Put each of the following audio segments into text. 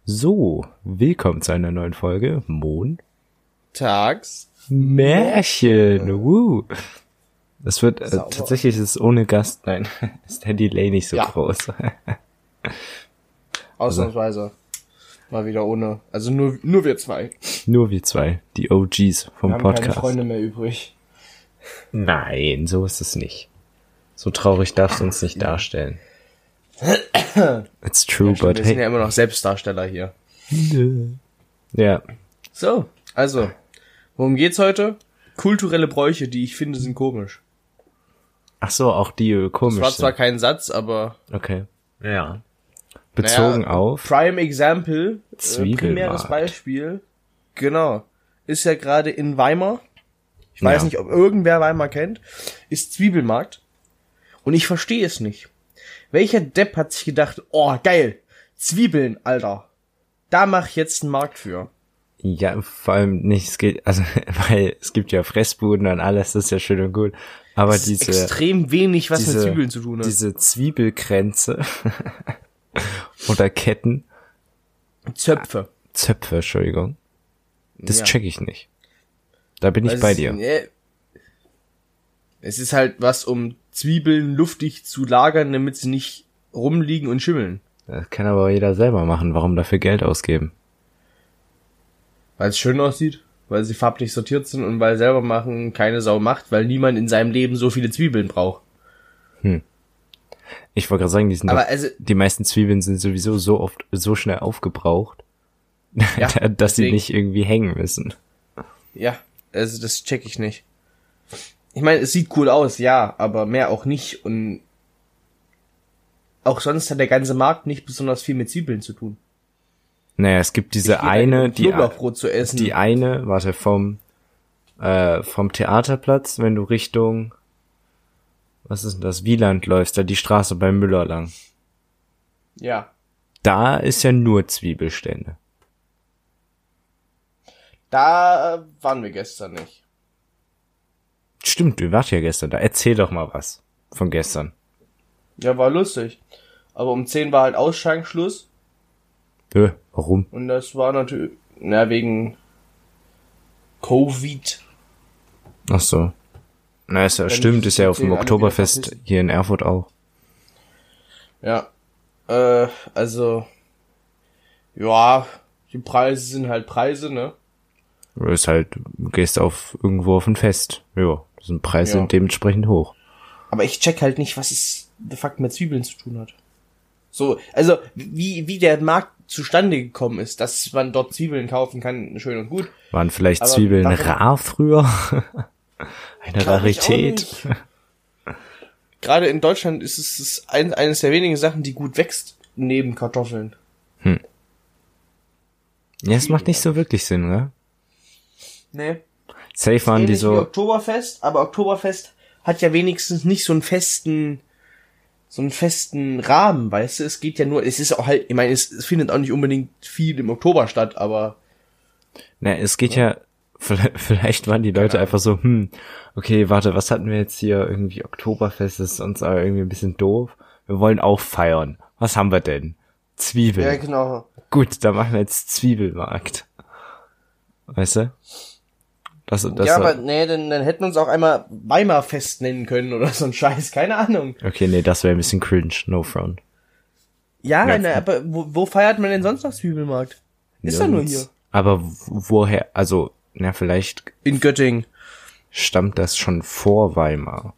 So, willkommen zu einer neuen Folge Tags Märchen. Das wird tatsächlich ist ohne Gast. Nein, ist der Delay nicht so groß. Ausnahmsweise. Mal wieder ohne. Also nur wir zwei. Nur wir zwei, die OGs vom wir haben Podcast. Keine Freunde mehr übrig. Nein, so ist es nicht. So traurig darfst du uns nicht darstellen. It's true, but wir sind ja immer noch Selbstdarsteller hier. Ja. So, also, worum geht's heute? Kulturelle Bräuche, die ich finde, sind komisch. Ach so, auch die komisch Das war sind. zwar kein Satz, aber... Okay. Ja. Bezogen auf... Prime Example, Zwiebelmarkt. primäres Beispiel, genau, ist ja gerade in Weimar. Ich weiß nicht, ob irgendwer Weimar kennt. Ist Zwiebelmarkt. Und ich verstehe es nicht. Welcher Depp hat sich gedacht, oh, geil, Zwiebeln, Alter. Da mach ich jetzt einen Markt für. Ja, vor allem nicht, es geht, also, weil es gibt ja Fressbuden und alles, das ist ja schön und gut. Aber das ist extrem wenig, was mit Zwiebeln zu tun hat. Diese Zwiebelkränze oder Ketten. Zöpfe, Entschuldigung. Das check ich nicht. Da bin ich bei dir. Es ist halt was, um Zwiebeln luftig zu lagern, damit sie nicht rumliegen und schimmeln. Das kann aber jeder selber machen. Warum dafür Geld ausgeben? Weil es schön aussieht, weil sie farblich sortiert sind und weil selber machen keine Sau macht, weil niemand in seinem Leben so viele Zwiebeln braucht. Ich wollte gerade sagen, die meisten Zwiebeln sind sowieso so schnell aufgebraucht, ja, dass sie nicht irgendwie hängen müssen. Ja, also das check ich nicht. Ich meine, es sieht cool aus, ja, aber mehr auch nicht und auch sonst hat der ganze Markt nicht besonders viel mit Zwiebeln zu tun. Naja, es gibt diese eine, Knoblauchbrot zu essen. Die eine, warte, vom Theaterplatz, wenn du Richtung, was ist denn das, Wieland läufst, da die Straße beim Müller lang. Ja. Da ist ja nur Zwiebelstände. Da waren wir gestern nicht. Stimmt, wir waren ja gestern da. Erzähl doch mal was von gestern. Ja, war lustig. Aber um 10 war halt Ausschank-Schluss. Warum? Und das war natürlich, wegen Covid. Ach so. Na, ist ja stimmt, ist ja auf dem Oktoberfest hier in Erfurt auch. Ja. Also, ja, die Preise sind halt Preise, ne? Ist halt, du gehst irgendwo auf ein Fest. Ja, das sind Preise dementsprechend hoch. Aber ich check halt nicht, was es de facto mit Zwiebeln zu tun hat. So, also, wie der Markt zustande gekommen ist, dass man dort Zwiebeln kaufen kann, schön und gut. Waren vielleicht Zwiebeln rar früher? Eine Rarität. Gerade in Deutschland ist es eines der wenigen Sachen, die gut wächst, neben Kartoffeln. Ja, es macht nicht so wirklich Sinn, ne? Nee. Safe waren die so... Wie Oktoberfest, aber Oktoberfest hat ja wenigstens nicht so einen festen Rahmen, weißt du? Es geht ja nur, es ist auch halt, ich meine, es findet auch nicht unbedingt viel im Oktober statt, aber... Na, es geht ja, vielleicht waren die Leute einfach so, okay, warte, was hatten wir jetzt hier? Irgendwie Oktoberfest ist uns aber irgendwie ein bisschen doof. Wir wollen auch feiern. Was haben wir denn? Zwiebeln. Ja, genau. Gut, dann machen wir jetzt Zwiebelmarkt. Weißt du? Aber nee, dann hätten wir uns auch einmal Weimarfest nennen können oder so ein Scheiß, keine Ahnung. Okay, nee, das wäre ein bisschen cringe, no front. Ja, aber wo feiert man denn sonst noch Zwiebelmarkt? Ist doch nur hier. Aber woher, also, vielleicht... In Göttingen. Stammt das schon vor Weimar?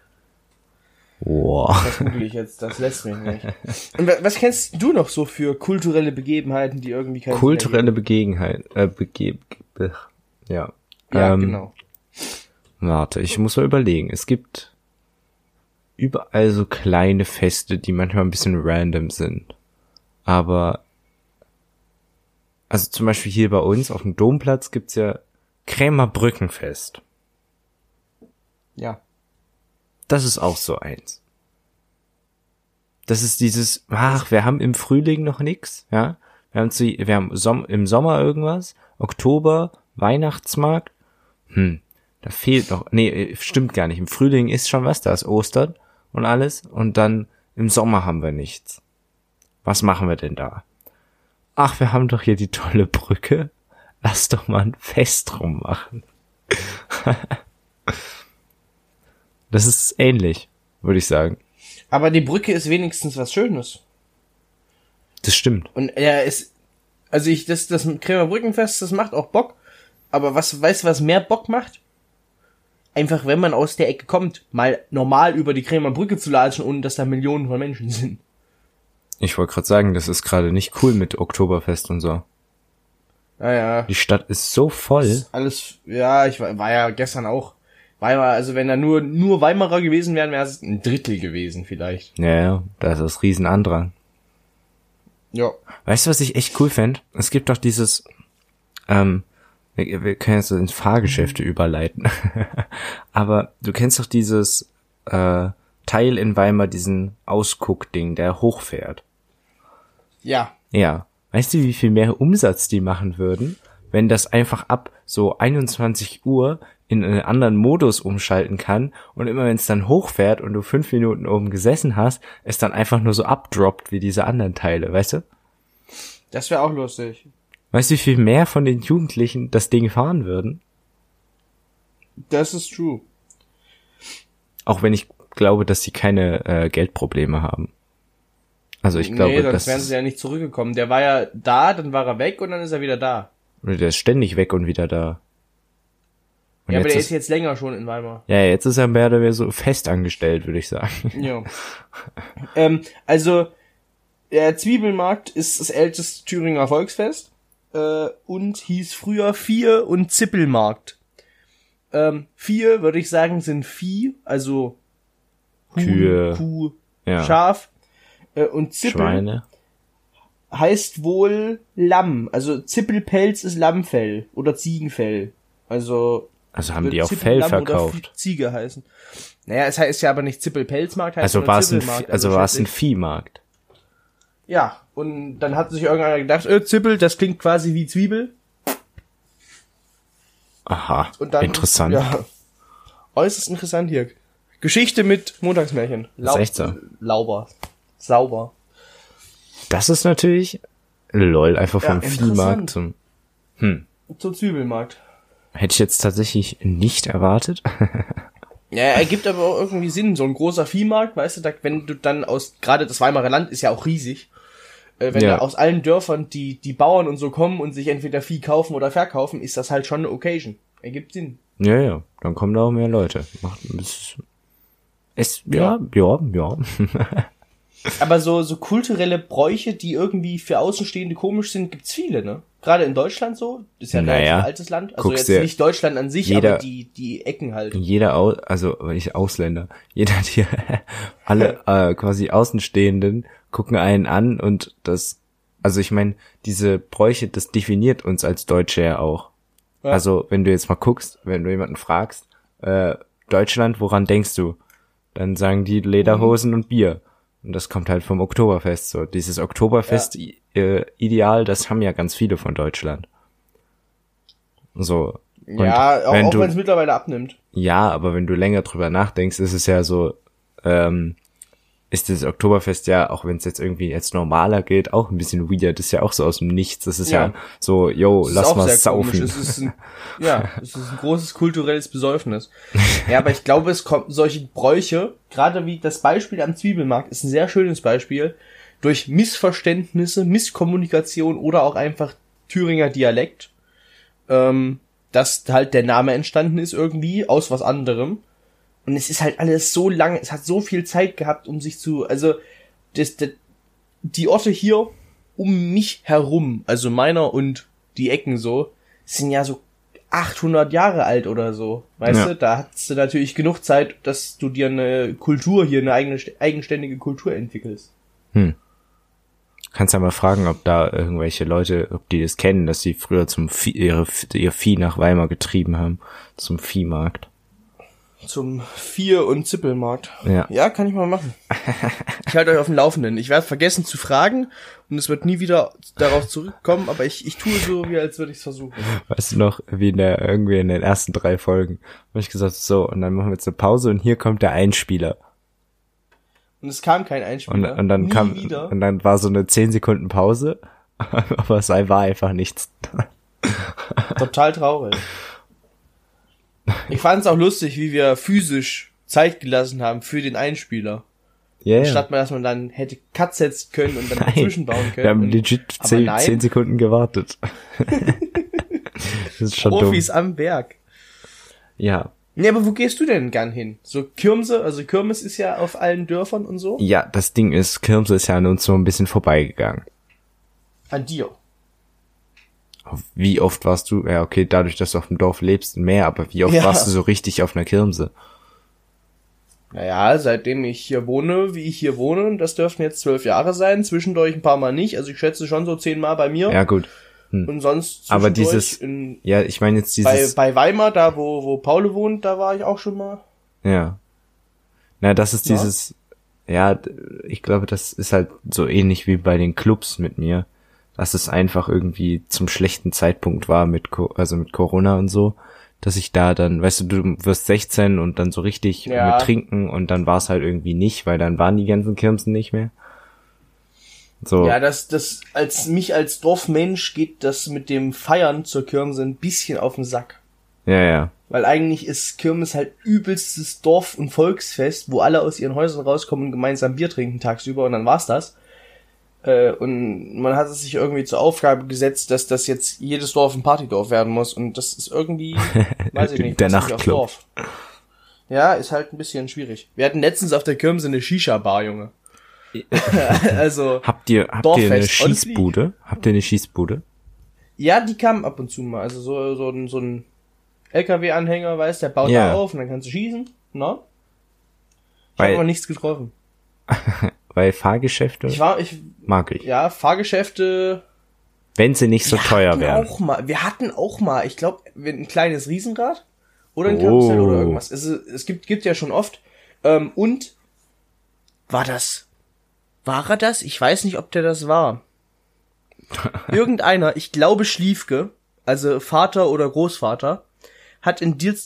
Wow. Das google ich jetzt, das lässt mich nicht. Und was kennst du noch so für kulturelle Begebenheiten, die irgendwie kein kulturelle Begebenheit, ja. Ja, genau. Warte, ich muss mal überlegen. Es gibt überall so kleine Feste, die manchmal ein bisschen random sind. Aber, also zum Beispiel hier bei uns auf dem Domplatz gibt's ja Krämer Brückenfest. Ja. Das ist auch so eins. Das ist dieses, wir haben im Frühling noch nix, ja. Wir haben im Sommer irgendwas, Oktober, Weihnachtsmarkt. Da fehlt noch, stimmt gar nicht. Im Frühling ist schon was, da ist Ostern und alles. Und dann im Sommer haben wir nichts. Was machen wir denn da? ach, wir haben doch hier die tolle Brücke, lass doch mal ein Fest drum machen. Das ist ähnlich, würde ich sagen. Aber die Brücke ist wenigstens was Schönes. Das stimmt. Und er ist, also das Krämer Brückenfest, das macht auch Bock. Aber weißt du, was mehr Bock macht? Einfach, wenn man aus der Ecke kommt, mal normal über die Krämer Brücke zu latschen, ohne dass da Millionen von Menschen sind. Ich wollte gerade sagen, das ist gerade nicht cool mit Oktoberfest und so. Naja. Die Stadt ist so voll. Alles, ja, ich war ja gestern auch. Weimar, also wenn da nur Weimarer gewesen wären, wäre es ein Drittel gewesen vielleicht. Ja, da ist das Riesenandrang. Ja. Weißt du, was ich echt cool fände? Es gibt doch dieses, wir können jetzt ins Fahrgeschäfte überleiten. Aber du kennst doch dieses Teil in Weimar, diesen Ausguckding, der hochfährt. Ja. Ja. Weißt du, wie viel mehr Umsatz die machen würden, wenn das einfach ab so 21 Uhr in einen anderen Modus umschalten kann und immer wenn es dann hochfährt und du 5 Minuten oben gesessen hast, es dann einfach nur so abdroppt wie diese anderen Teile, weißt du? Das wäre auch lustig. Weißt du, wie viel mehr von den Jugendlichen das Ding fahren würden? Das ist true. Auch wenn ich glaube, dass sie keine Geldprobleme haben. Also ich glaube, sonst wären sie ja nicht zurückgekommen. Der war ja da, dann war er weg und dann ist er wieder da. Der ist ständig weg und wieder da. Und ja, aber der ist jetzt länger schon in Weimar. Ja, jetzt ist er mehr oder weniger so fest angestellt, würde ich sagen. Ja. Also, der Zwiebelmarkt ist das älteste Thüringer Volksfest und hieß früher Vieh- und Zippelmarkt. Vieh, würde ich sagen, sind Vieh, also Huhn, Kühe, Kuh, ja. Schaf und Zippel Schweine. heißt wohl Lamm. Also Zippelpelz ist Lammfell oder Ziegenfell. Also haben die auch Fell verkauft? Oder Ziege heißen. Naja, es heißt ja aber nicht Zippelpelzmarkt, heißt Also war es Zippelmarkt, ein Viehmarkt. Ja, und dann hat sich irgendeiner gedacht, Zippel, das klingt quasi wie Zwiebel. Aha, Und dann, interessant. Ja, äußerst interessant hier. Geschichte mit Montagsmärchen. Das ist echt so. Sauber. Das ist natürlich lol, einfach vom Ja, Viehmarkt zum Zum Zwiebelmarkt. hätte ich jetzt tatsächlich nicht erwartet. Ja, ergibt aber auch irgendwie Sinn. So ein großer Viehmarkt, weißt du, wenn du dann gerade das Weimarer Land ist ja auch riesig. Wenn da aus allen Dörfern die Bauern und so kommen und sich entweder Vieh kaufen oder verkaufen, ist das halt schon eine Occasion. Ergibt Sinn. Ja, dann kommen da auch mehr Leute. Ja. Aber so kulturelle Bräuche, die irgendwie für Außenstehende komisch sind, gibt's viele, ne? Gerade in Deutschland so. Ist ja ein relativ altes Land. Also jetzt nicht Deutschland an sich, aber die Ecken halt. Ausländer. Jeder, die alle quasi Außenstehenden gucken einen an und also ich meine, diese Bräuche, das definiert uns als Deutsche ja auch. Ja. Also wenn du jetzt mal guckst, wenn du jemanden fragst, Deutschland, woran denkst du? Dann sagen die Lederhosen und Bier. Und das kommt halt vom Oktoberfest so. Dieses Oktoberfest-Ideal, das haben ja ganz viele von Deutschland. So. Und ja, auch wenn es mittlerweile abnimmt. Ja, aber wenn du länger drüber nachdenkst, ist es ja so, ist das Oktoberfest ja, auch wenn es jetzt irgendwie jetzt normaler geht, auch ein bisschen weird. Das ist ja auch so aus dem Nichts. Das ist ja so, lass mal saufen. Es ist ein großes kulturelles Besäufnis. Ja, aber ich glaube, es kommt solche Bräuche, gerade wie das Beispiel am Zwiebelmarkt, ist ein sehr schönes Beispiel, durch Missverständnisse, Misskommunikation oder auch einfach Thüringer Dialekt, dass halt der Name entstanden ist irgendwie aus was anderem. Und es ist halt alles so lange, es hat so viel Zeit gehabt, um sich die Orte hier um mich herum, also meiner und die Ecken so, sind ja so 800 Jahre alt oder so, weißt du? Da hast du natürlich genug Zeit, dass du dir eine Kultur hier, eine eigenständige Kultur entwickelst. Kannst ja mal fragen, ob da irgendwelche Leute, ob die das kennen, dass sie früher ihr Vieh nach Weimar getrieben haben, zum Viehmarkt. Zum Vieh- und Zippelmarkt. Ja, kann ich mal machen. Ich halte euch auf dem Laufenden. Ich werde vergessen zu fragen und es wird nie wieder darauf zurückkommen, aber ich tue so, wie als würde ich es versuchen. Weißt du noch, wie irgendwie in den ersten 3 Folgen, habe ich gesagt, so, und dann machen wir jetzt eine Pause und hier kommt der Einspieler. Und es kam kein Einspieler. Und dann nie wieder. Und dann war so eine 10 Sekunden Pause Aber es war einfach nichts. Total traurig. Ich fand es auch lustig, wie wir physisch Zeit gelassen haben für den Einspieler. Yeah. Statt dass man dann hätte Cut setzen können und dann dazwischen bauen können. Wir haben legit 10 Sekunden gewartet. Das ist schon Profis dumm. am Werk. Ja. Nee, aber wo gehst du denn gern hin? So Kirmse, also Kirmes ist ja auf allen Dörfern und so. Ja, das Ding ist, Kirmes ist ja an uns so ein bisschen vorbeigegangen. An dir. Wie oft warst du, ja okay, dadurch, dass du auf dem Dorf lebst, mehr, aber wie oft warst du so richtig auf einer Kirmse? Naja, seitdem ich hier wohne, wie ich hier wohne, und das dürften jetzt 12 Jahre sein, zwischendurch ein paar Mal nicht, also ich schätze schon so 10 Mal bei mir. Ja, gut. Und sonst aber dieses, ja, ich meine jetzt dieses... Bei Weimar, da wo Paul wohnt, da war ich auch schon mal. Ja. Na, das ist dieses, ja, ich glaube, das ist halt so ähnlich wie bei den Clubs mit mir, dass es einfach irgendwie zum schlechten Zeitpunkt war mit Corona und so, dass ich da dann, weißt du wirst 16 und dann so richtig mit trinken und dann war es halt irgendwie nicht, weil dann waren die ganzen Kirmsen nicht mehr. So. Ja, mich als Dorfmensch geht das mit dem Feiern zur Kirmes ein bisschen auf den Sack. Ja. Weil eigentlich ist Kirmes halt übelstes Dorf- und Volksfest, wo alle aus ihren Häusern rauskommen und gemeinsam Bier trinken tagsüber und dann war's das. Und man hat es sich irgendwie zur Aufgabe gesetzt, dass das jetzt jedes Dorf ein Partydorf werden muss und das ist irgendwie, weiß ich nicht, der Nachtclub. Ja, ist halt ein bisschen schwierig. Wir hatten letztens auf der Kirmes eine Shisha-Bar, Junge. Also habt ihr eine Schießbude? Habt ihr eine Schießbude? Ja, die kamen ab und zu mal. Also so ein LKW-Anhänger, weißt, der baut da auf und dann kannst du schießen. Ne? Ich habe aber nichts getroffen. Weil Fahrgeschäfte mag ich. Ja, Fahrgeschäfte. Wenn sie nicht so teuer wären. Wir hatten auch mal, ich glaube, ein kleines Riesenrad oder ein Karussell oder irgendwas. Es gibt ja schon oft. Und war er das? Ich weiß nicht, ob der das war. Irgendeiner, ich glaube Schliefke, also Vater oder Großvater, hat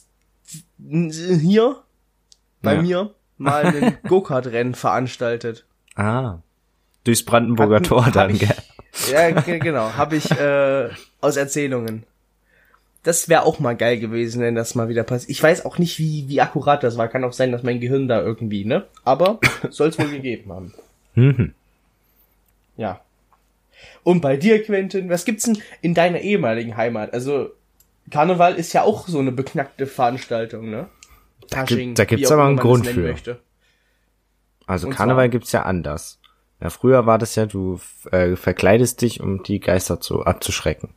hier bei mir mal ein Go-Kart-Rennen veranstaltet. Durchs Brandenburger Tor dann, gell? Ja, genau, habe ich aus Erzählungen. Das wäre auch mal geil gewesen, wenn das mal wieder passiert. Ich weiß auch nicht, wie akkurat das war. Kann auch sein, dass mein Gehirn da irgendwie, ne? Aber soll es wohl gegeben haben. Ja. Und bei dir, Quentin, was gibt's denn in deiner ehemaligen Heimat? Also, Karneval ist ja auch so eine beknackte Veranstaltung, ne? Da gibt's aber einen Grund für. Möchte. Also Karneval gibt's ja anders. Ja, früher war das ja, du verkleidest dich, um die Geister abzuschrecken.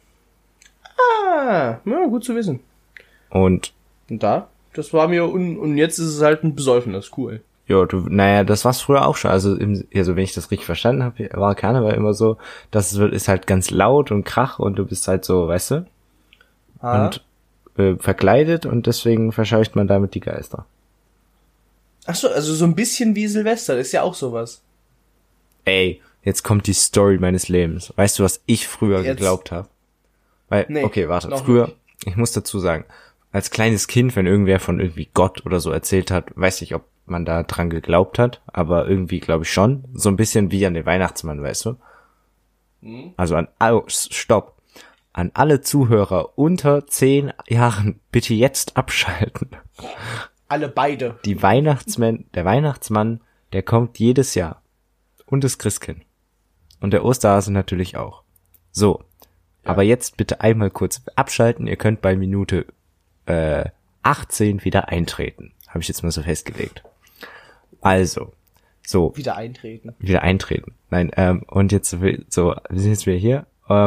Ja, gut zu wissen. Und das war mir, und jetzt ist es halt ein Besäufen, das ist cool. Ja, das war's früher auch schon. Also wenn ich das richtig verstanden habe, war Karneval immer so, das ist halt ganz laut und Krach und du bist halt so, weißt du? Und verkleidet und deswegen verscheucht man damit die Geister. Ach so, also so ein bisschen wie Silvester, das ist ja auch sowas. Ey, jetzt kommt die Story meines Lebens. Weißt du, was ich früher geglaubt habe? Weil, okay, warte, früher, nicht. Ich muss dazu sagen, als kleines Kind, wenn irgendwer von irgendwie Gott oder so erzählt hat, weiß ich, ob man da dran geglaubt hat, aber irgendwie glaube ich schon. So ein bisschen wie an den Weihnachtsmann, weißt du? Also stopp. An alle Zuhörer unter 10 Jahren bitte jetzt abschalten. Alle beide. Der Weihnachtsmann, der kommt jedes Jahr. Und das Christkind. Und der Osterhase natürlich auch. So. Ja. Aber jetzt bitte einmal kurz abschalten. Ihr könnt bei Minute 18 wieder eintreten. Habe ich jetzt mal so festgelegt. Also. So. Wieder eintreten. Nein, und jetzt so, wir sind jetzt wieder hier.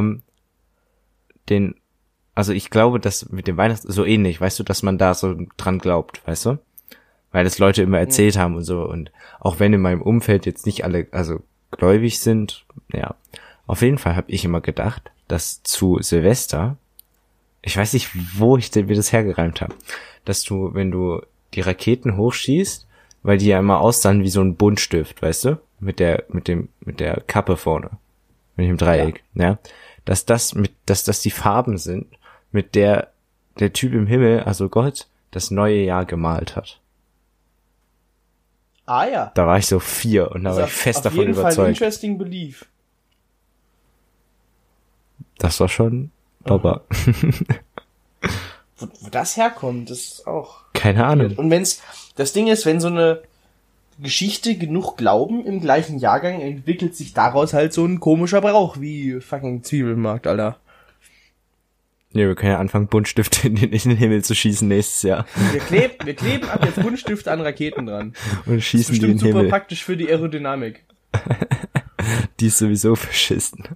Also ich glaube, dass mit dem so ähnlich, weißt du, dass man da so dran glaubt, weißt du? Weil das Leute immer erzählt haben und so, und auch wenn in meinem Umfeld jetzt nicht alle, also gläubig sind, ja, auf jeden Fall habe ich immer gedacht, dass zu Silvester, ich weiß nicht, wo ich mir das hergereimt habe, dass du, wenn du die Raketen hochschießt, weil die ja immer aussahen wie so ein Buntstift, weißt du? Mit der Kappe vorne. Mit dem Dreieck, ja. Dass das die Farben sind, mit der Typ im Himmel, also Gott, das neue Jahr gemalt hat. Ja. Da war ich so 4 und da war ich fest davon überzeugt. Auf jeden Fall interesting belief. Das war schon Baba. Wo das herkommt, das ist auch... Keine Ahnung. Und das Ding ist, wenn so eine Geschichte genug Glauben im gleichen Jahrgang, entwickelt sich daraus halt so ein komischer Brauch, wie fucking Zwiebelmarkt, Alter. Ja, wir können ja anfangen, Buntstifte in den Himmel zu schießen nächstes Jahr. Wir kleben ab jetzt Buntstifte an Raketen dran. Und schießen die in den Himmel. Super Himmel. praktisch für die Aerodynamik. Die ist sowieso verschissen.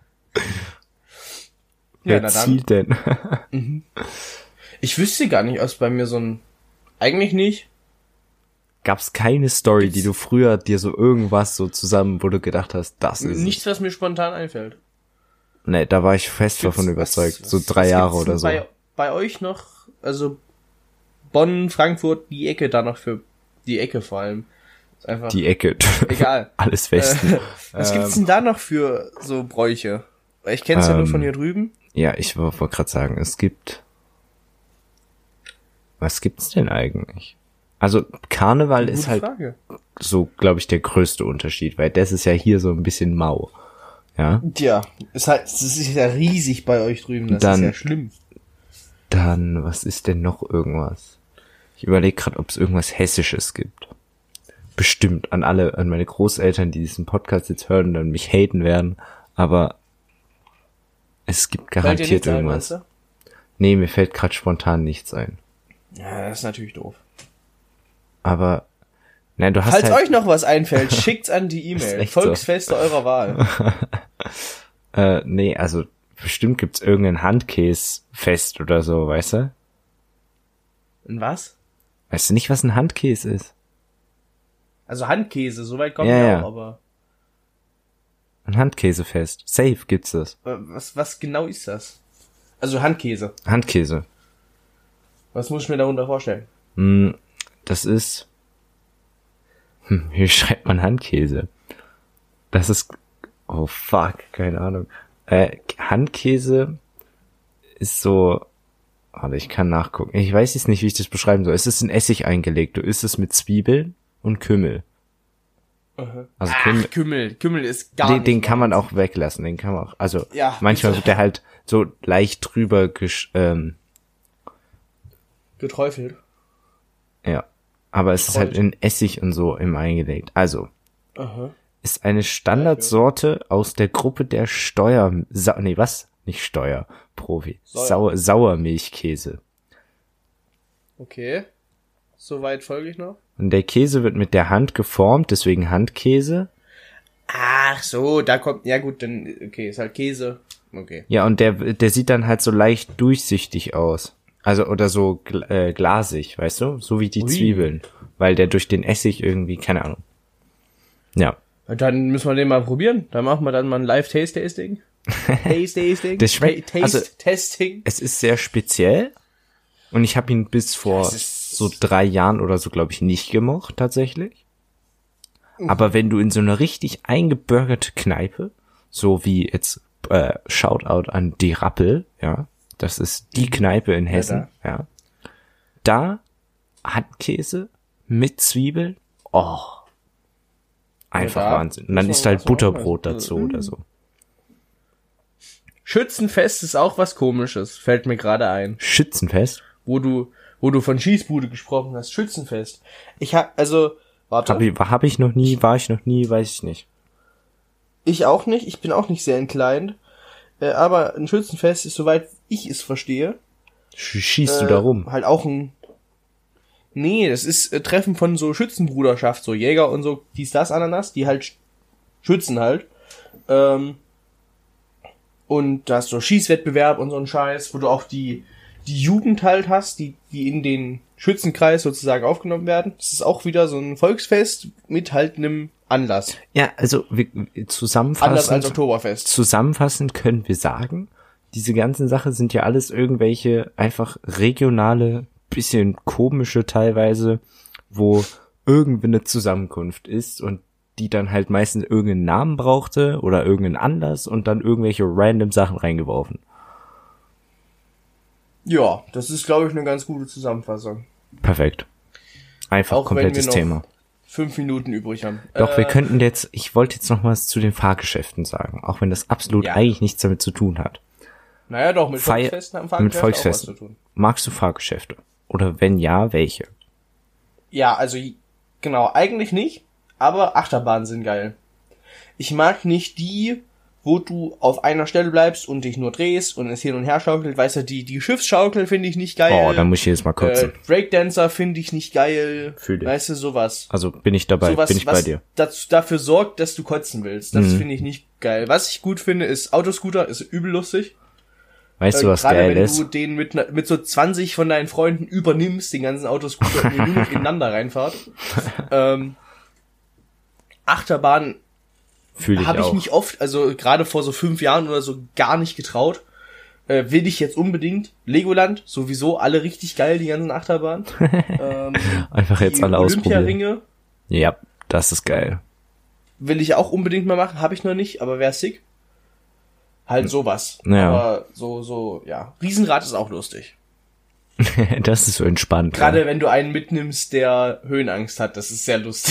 Ja, Wer zielt denn? Ich wüsste gar nicht, aus bei mir so ein... Eigentlich nicht. Gab's keine Story, die du früher dir so irgendwas so zusammen, wo du gedacht hast, das ist Nichts, was mir spontan einfällt. Nee, da war ich fest davon überzeugt. So 3 Jahre oder so. Bei euch noch, also Bonn, Frankfurt, die Ecke da noch für die Ecke vor allem. Ist einfach die Ecke. Egal. Alles Westen. Was gibt's denn da noch für so Bräuche? Weil ich kenn's ja nur von hier drüben. Ja, ich wollte gerade sagen, was gibt's denn eigentlich? Also Karneval ist halt Frage. So, glaube ich, der größte Unterschied, weil das ist ja hier so ein bisschen mau. Ja. Tja, das ist ja riesig bei euch drüben, das ist ja schlimm. Dann, was ist denn noch irgendwas? Ich überlege gerade, ob es irgendwas Hessisches gibt. Bestimmt an meine Großeltern, die diesen Podcast jetzt hören und dann mich haten werden, aber es gibt garantiert irgendwas. Ein, nee, mir fällt gerade spontan nichts ein. Ja, das ist natürlich doof. Aber, nein, du hast Falls euch noch was einfällt, schickt's an die E-Mail. Volksfeste so. eurer Wahl. Nee, also bestimmt gibt's irgendein Handkäsefest oder so, weißt du? Ein was? Weißt du nicht, was ein Handkäse ist? Also Handkäse, soweit kommen wir auch, aber... Ein Handkäsefest. Safe gibt's das. Was genau ist das? Also Handkäse. Handkäse. Was muss ich mir darunter vorstellen? Das ist... Wie schreibt man Handkäse? Das ist... Oh fuck, keine Ahnung. Handkäse ist so... Warte, ich kann nachgucken. Ich weiß jetzt nicht, wie ich das beschreiben soll. Es ist in Essig eingelegt. Du isst es mit Zwiebeln und Kümmel. Also Kümmel ist gar nicht. Den kann man auch weglassen. Den kann man auch... Also ja, manchmal wird der halt so leicht drüber geträufelt. Ja. Aber es ist halt in Essig und so im eingelegt. Also... Ist eine Standardsorte aus der Gruppe der Sauermilchkäse. Okay. Soweit folge ich noch. Und der Käse wird mit der Hand geformt, deswegen Handkäse. Ach so, da kommt, ja gut, dann, okay, ist halt Käse. Okay. Ja, und der sieht dann halt so leicht durchsichtig aus. Also, oder so glasig, weißt du? So wie die Zwiebeln. Weil der durch den Essig irgendwie, keine Ahnung. Ja. Dann müssen wir den mal probieren. Dann machen wir dann mal ein Live-Taste-Tasting. Taste-Tasting. Das schmeckt, Taste-Testing. Es ist sehr speziell. Und ich habe ihn bis vor so 3 Jahren oder so, glaube ich, nicht gemocht, tatsächlich. Aber wenn du in so einer richtig eingebürgerte Kneipe, so wie jetzt Shoutout an Die Rappel, ja, das ist die Kneipe in Hessen, ja, da Handkäse mit Zwiebeln, einfach Wahnsinn. Und dann isst halt Butterbrot dazu oder so. Schützenfest ist auch was Komisches, fällt mir gerade ein. Schützenfest? Wo du von Schießbude gesprochen hast, Schützenfest. War ich noch nie, weiß ich nicht. Ich auch nicht, ich bin auch nicht sehr entclined. Aber ein Schützenfest ist, soweit ich es verstehe. Schießt du da rum? Halt auch Nee, das ist Treffen von so Schützenbruderschaft, so Jäger und so, dies, das, Ananas, die halt schützen halt. Und da ist so Schießwettbewerb und so ein Scheiß, wo du auch die Jugend halt hast, die in den Schützenkreis sozusagen aufgenommen werden. Das ist auch wieder so ein Volksfest mit halt einem Anlass. Ja, also anders als Oktoberfest. Zusammenfassend können wir sagen, diese ganzen Sachen sind ja alles irgendwelche einfach regionale, bisschen komische teilweise, wo irgendwie eine Zusammenkunft ist und die dann halt meistens irgendeinen Namen brauchte oder irgendeinen Anlass und dann irgendwelche random Sachen reingeworfen. Ja, das ist, glaube ich, eine ganz gute Zusammenfassung. Perfekt. Einfach auch komplettes wenn wir noch Thema. 5 Minuten übrig haben. Doch, wir könnten ich wollte jetzt noch was zu den Fahrgeschäften sagen, auch wenn das absolut eigentlich nichts damit zu tun hat. Naja, doch, mit Volksfesten haben Fahrgeschäfte auch was zu tun. Magst du Fahrgeschäfte? Oder wenn ja, welche? Ja, also, genau, eigentlich nicht, aber Achterbahnen sind geil. Ich mag nicht die, wo du auf einer Stelle bleibst und dich nur drehst und es hin und her schaukelt. Weißt du, die Schiffsschaukel finde ich nicht geil. Oh, da muss ich jetzt mal kotzen. Breakdancer finde ich nicht geil. Fühl dich. Weißt du, sowas. Also bin ich dabei, Sowas, bin ich bei dir. Was dafür sorgt, dass du kotzen willst. Das finde ich nicht geil. Was ich gut finde, ist Autoscooter, ist übel lustig. Weißt du, was geil ist? Gerade wenn du den mit so 20 von deinen Freunden übernimmst, den ganzen Autoscooter und ihr nur noch ineinander reinfahrt. Achterbahn habe ich mich oft, also gerade vor so 5 Jahren oder so, gar nicht getraut. Will ich jetzt unbedingt. Legoland, sowieso alle richtig geil, die ganzen Achterbahnen. Einfach jetzt alle ausprobieren. Olympiaringe. Ja, das ist geil. Will ich auch unbedingt mal machen, habe ich noch nicht, aber wäre sick. Halt sowas. Ja. Aber so, ja. Riesenrad ist auch lustig. Das ist so entspannt. Gerade wenn du einen mitnimmst, der Höhenangst hat, das ist sehr lustig.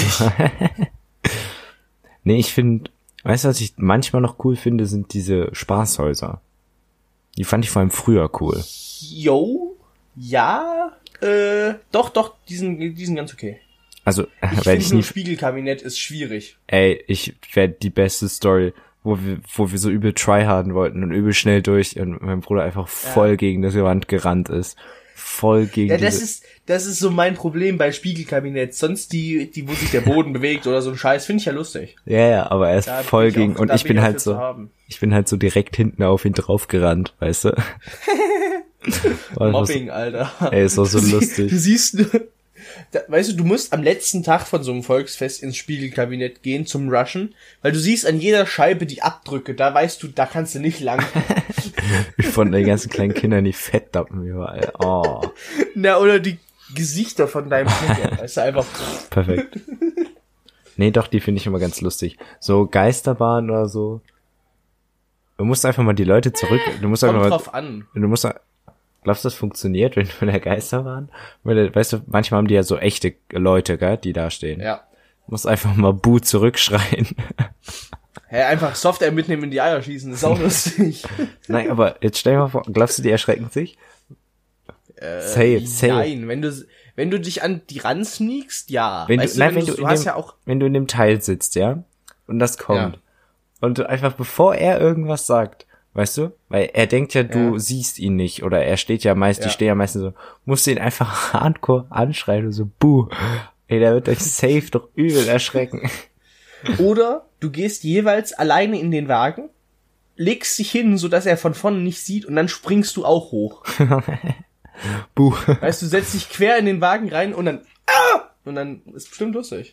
Nee, ich finde, weißt du, was ich manchmal noch cool finde, sind diese Spaßhäuser. Die fand ich vor allem früher cool. Jo, ja, doch, die sind ganz okay. Also, weil ich nur Spiegelkabinett ist schwierig. Ey, ich werde die beste Story, wo wir so übel tryharden wollten und übel schnell durch und mein Bruder einfach voll gegen das Wand gerannt ist. Voll gegen ja, das ist so mein Problem bei Spiegelkabinett. Sonst die, wo sich der Boden bewegt oder so ein Scheiß, finde ich ja lustig. Ja, aber er ist voll gegen, und ich bin halt so direkt hinten auf ihn drauf gerannt, weißt du? Mobbing, Alter. Ey, ist auch so lustig. Du siehst nur, weißt du, du musst am letzten Tag von so einem Volksfest ins Spiegelkabinett gehen zum Rushen, weil du siehst an jeder Scheibe die Abdrücke, da weißt du, da kannst du nicht lang. Wie von den ganzen kleinen Kindern die Fettdappen überall. Oh. Na, oder die Gesichter von deinem Kind, weißt du, einfach. Perfekt. Nee, doch, die finde ich immer ganz lustig. So Geisterbahn oder so. Du musst einfach mal die Leute zurück, kommt drauf an. Glaubst du, das funktioniert, wenn du in der Geisterbahn? Weißt du, manchmal haben die ja so echte Leute, gell, die da stehen. Ja. Du musst einfach mal Buh zurückschreien. Hä, einfach Software mitnehmen in die Eier schießen, das ist auch lustig. Nein, aber jetzt stell dir mal vor, glaubst du, die erschrecken sich? Safe. Nein, wenn du dich an die ran sneakst, ja. Wenn du in dem Teil sitzt, ja, und das kommt. Ja. Und du einfach, bevor er irgendwas sagt, weißt du? Weil er denkt ja, du siehst ihn nicht. Oder er steht ja meist, die stehen ja meistens so, musst du ihn einfach hardcore anschreien und so, buh. Ey, der wird euch safe doch übel erschrecken. Oder du gehst jeweils alleine in den Wagen, legst dich hin, sodass er von vorne nicht sieht und dann springst du auch hoch. Buh. Weißt du, setzt dich quer in den Wagen rein und dann, und dann ist bestimmt lustig.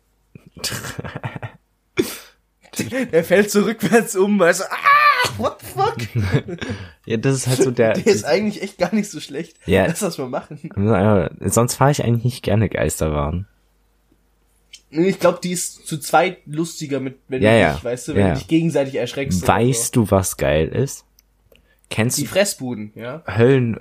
Der fällt so rückwärts um, weißt du, what the fuck? Ja, das ist halt so der ist eigentlich echt gar nicht so schlecht. Ja. Lass das mal machen. Sonst fahre ich eigentlich nicht gerne Geisterbahn. Ich glaube, die ist zu zweit lustiger wenn du dich, weißt du, wenn du dich gegenseitig erschreckst. Weißt du, was geil ist? Kennst du die Fressbuden, ja? Höllen,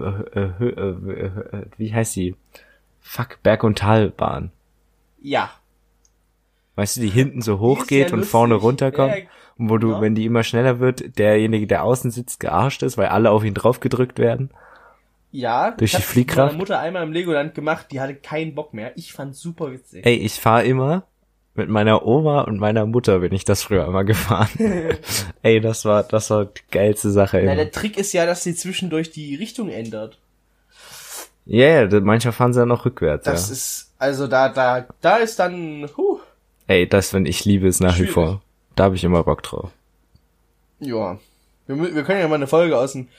wie heißt die? Fuck, Berg- und Talbahn. Ja. Weißt du, die hinten so hoch geht und vorne runterkommt. Ja, und wo du, wenn die immer schneller wird, derjenige, der außen sitzt, gearscht ist, weil alle auf ihn drauf gedrückt werden. Ja. Durch die Fliehkraft. Meine Mutter einmal im Legoland gemacht, die hatte keinen Bock mehr. Ich fand's super witzig. Ey, ich fahre immer mit meiner Oma und meiner Mutter, bin ich das früher immer gefahren. Ey, das war die geilste Sache immer. Na, der Trick ist ja, dass sie zwischendurch die Richtung ändert. Ja, yeah, manchmal fahren sie ja noch rückwärts. Das ist, also da ist dann, Ey, wenn ich liebe es nach wie vor. Da habe ich immer Bock drauf. Ja. Wir können ja mal eine Folge aus dem,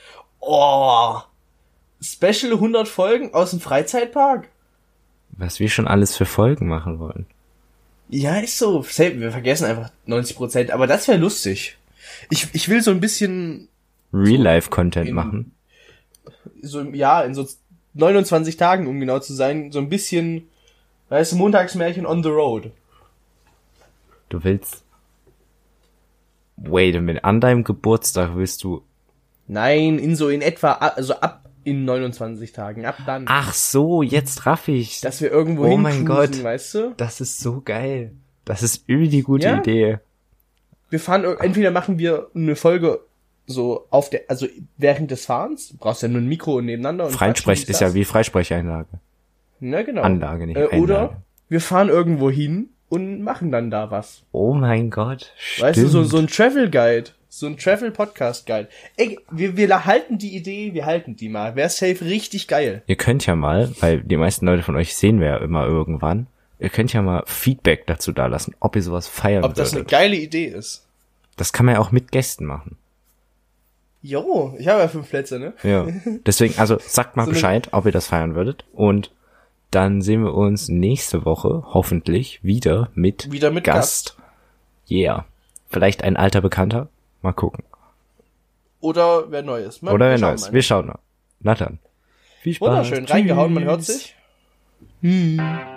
Special 100 Folgen aus dem Freizeitpark. Was wir schon alles für Folgen machen wollen. Ja, ist so. Wir vergessen einfach 90%, aber das wäre lustig. Ich will so ein bisschen Real-Life-Content machen. So, ja, in so 29 Tagen, um genau zu sein, so ein bisschen, weißt du, Montagsmärchen on the road. Du willst... Wait a minute, an deinem Geburtstag willst du... Nein, in etwa, also ab in 29 Tagen, ab dann. Ach so, jetzt raff ich. Dass wir irgendwo hin mein Gott, weißt du? Das ist so geil. Das ist übel die gute Idee. Wir fahren, entweder machen wir eine Folge so also während des Fahrens, du brauchst ja nur ein Mikro nebeneinander und Freisprech ist ja wie Freisprecheinlage. Na genau. Anlage, nicht Einlage. Oder wir fahren irgendwo hin und machen dann da was. Oh mein Gott, stimmt. Weißt du, so ein Travel Guide, so ein Travel Podcast Guide. Ey, wir halten die Idee, wir halten die mal. Wäre safe richtig geil. Ihr könnt ja mal, weil die meisten Leute von euch sehen wir ja immer irgendwann, ihr könnt ja mal Feedback dazu dalassen, ob ihr sowas feiern würdet. Ob das eine geile Idee ist. Das kann man ja auch mit Gästen machen. Jo, ich habe ja 5 Plätze, ne? Ja, deswegen, also sagt mal so Bescheid, ob ihr das feiern würdet. Und dann sehen wir uns nächste Woche hoffentlich wieder mit Gast. Yeah. Vielleicht ein alter Bekannter. Mal gucken. Oder wer Neues. Wir schauen mal. Na dann. Viel Spaß. Wunderschön. Reingehauen, man hört sich.